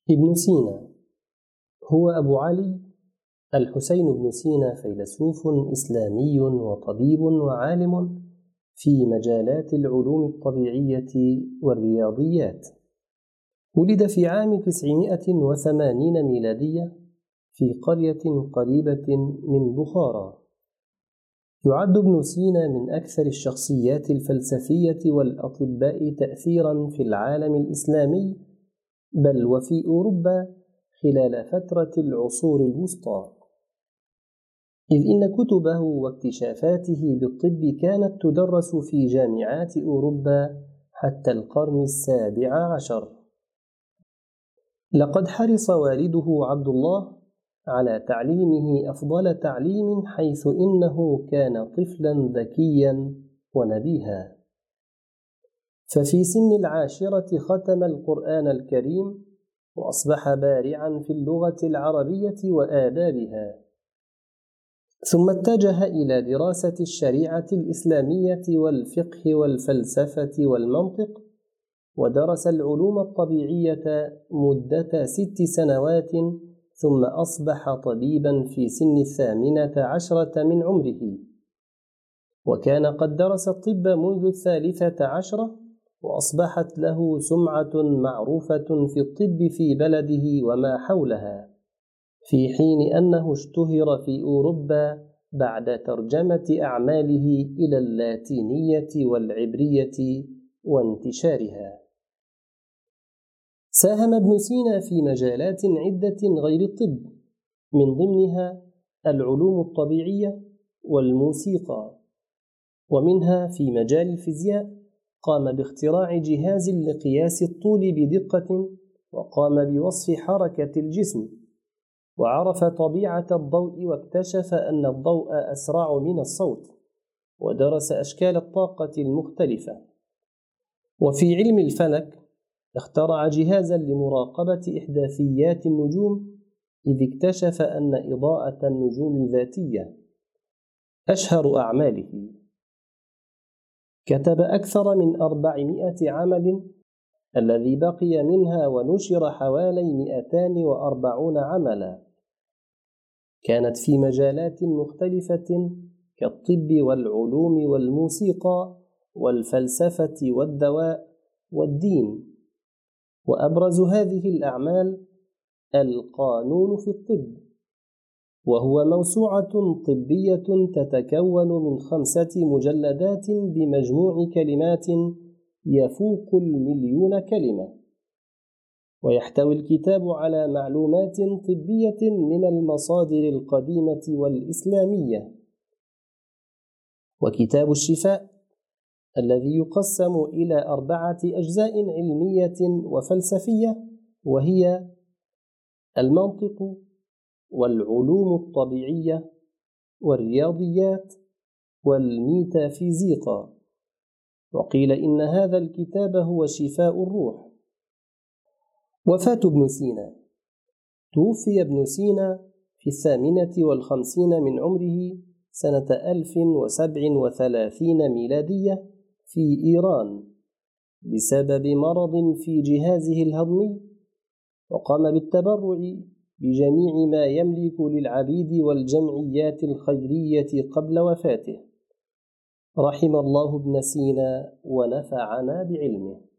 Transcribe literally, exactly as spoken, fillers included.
ابن سينا هو أبو علي الحسين بن سينا، فيلسوف إسلامي وطبيب وعالم في مجالات العلوم الطبيعية والرياضيات. ولد في عام تسعمائة وثمانين ميلادية في قرية قريبة من بخارى. يعد ابن سينا من أكثر الشخصيات الفلسفية والأطباء تأثيرا في العالم الإسلامي، بل وفي أوروبا خلال فترة العصور الوسطى، إذ إن كتبه واكتشافاته بالطب كانت تدرس في جامعات أوروبا حتى القرن السابع عشر. لقد حرص والده عبد الله على تعليمه أفضل تعليم، حيث إنه كان طفلا ذكيا ونبيها، ففي سن العاشرة ختم القرآن الكريم وأصبح بارعا في اللغة العربية وآدابها، ثم اتجه إلى دراسة الشريعة الإسلامية والفقه والفلسفة والمنطق، ودرس العلوم الطبيعية مدة ست سنوات، ثم أصبح طبيبا في سن الثامنة عشرة من عمره، وكان قد درس الطب منذ الثالثة عشرة، وأصبحت له سمعة معروفة في الطب في بلده وما حولها، في حين أنه اشتهر في أوروبا بعد ترجمة أعماله إلى اللاتينية والعبرية وانتشارها. ساهم ابن سينا في مجالات عدة غير الطب، من ضمنها العلوم الطبيعية والموسيقى، ومنها في مجال الفيزياء قام باختراع جهاز لقياس الطول بدقة، وقام بوصف حركة الجسم، وعرف طبيعة الضوء واكتشف أن الضوء أسرع من الصوت، ودرس أشكال الطاقة المختلفة. وفي علم الفلك اخترع جهازا لمراقبة إحداثيات النجوم، إذ اكتشف أن إضاءة النجوم ذاتية. أشهر أعماله: كتب أكثر من أربعمائة عمل، الذي بقي منها ونشر حوالي مئتان وأربعون عملا، كانت في مجالات مختلفة كالطب والعلوم والموسيقى والفلسفة والدواء والدين. وأبرز هذه الأعمال القانون في الطب، وهو موسوعة طبية تتكون من خمسة مجلدات بمجموع كلمات يفوق المليون كلمة، ويحتوي الكتاب على معلومات طبية من المصادر القديمة والإسلامية. وكتاب الشفاء، الذي يقسم إلى أربعة أجزاء علمية وفلسفية، وهي المنطق والعلوم الطبيعية والرياضيات والميتافيزيقا. وقيل إن هذا الكتاب هو شفاء الروح. وفاة ابن سينا: توفي ابن سينا في الثامنة والخمسين من عمره سنة ألف وسبع وثلاثين ميلادية في إيران، بسبب مرض في جهازه الهضمي، وقام بالتبرع بجميع ما يملك للعبيد والجمعيات الخيرية قبل وفاته. رحم الله ابن سينا ونفعنا بعلمه.